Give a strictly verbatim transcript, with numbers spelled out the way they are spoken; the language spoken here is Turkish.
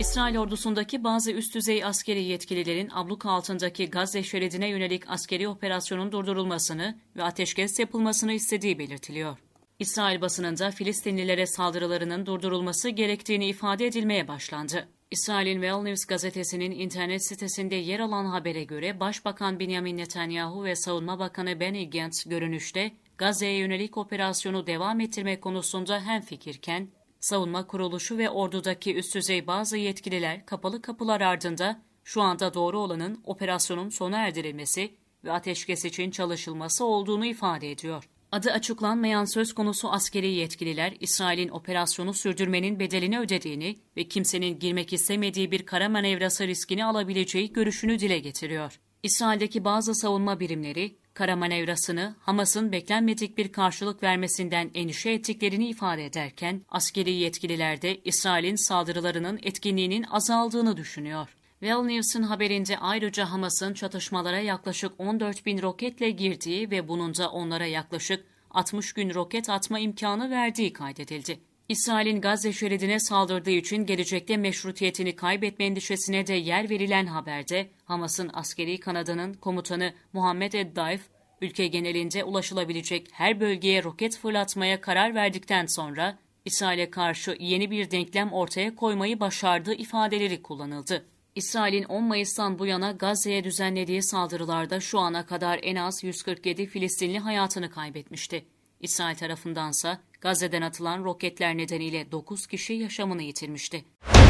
İsrail ordusundaki bazı üst düzey askeri yetkililerin abluka altındaki Gazze şeridine yönelik askeri operasyonun durdurulmasını ve ateşkes yapılmasını istediği belirtiliyor. İsrail basınında Filistinlilere saldırılarının durdurulması gerektiğini ifade edilmeye başlandı. İsrail'in Well News gazetesinin internet sitesinde yer alan habere göre Başbakan Benjamin Netanyahu ve Savunma Bakanı Benny Gantz görünüşte Gazze'ye yönelik operasyonu devam ettirme konusunda hemfikirken, Savunma Kuruluşu ve ordudaki üst düzey bazı yetkililer kapalı kapılar ardında şu anda doğru olanın operasyonun sona erdirilmesi ve ateşkes için çalışılması olduğunu ifade ediyor. Adı açıklanmayan söz konusu askeri yetkililer, İsrail'in operasyonu sürdürmenin bedelini ödediğini ve kimsenin girmek istemediği bir kara manevrası riskini alabileceği görüşünü dile getiriyor. İsrail'deki bazı savunma birimleri, kara manevrasını Hamas'ın beklenmedik bir karşılık vermesinden endişe ettiklerini ifade ederken, askeri yetkililer de İsrail'in saldırılarının etkinliğinin azaldığını düşünüyor. Well News'un haberinde ayrıca Hamas'ın çatışmalara yaklaşık on dört bin roketle girdiği ve bunun da onlara yaklaşık altmış gün roket atma imkanı verdiği kaydedildi. İsrail'in Gazze şeridine saldırdığı için gelecekte meşrutiyetini kaybetme endişesine de yer verilen haberde, Hamas'ın askeri kanadının komutanı Muhammed Eddaif, ülke genelinde ulaşılabilecek her bölgeye roket fırlatmaya karar verdikten sonra, İsrail'e karşı yeni bir denklem ortaya koymayı başardığı ifadeleri kullanıldı. İsrail'in on Mayıs'tan bu yana Gazze'ye düzenlediği saldırılarda şu ana kadar en az yüz kırk yedi Filistinli hayatını kaybetmişti. İsrail tarafındansa Gazze'den atılan roketler nedeniyle dokuz kişi yaşamını yitirmişti.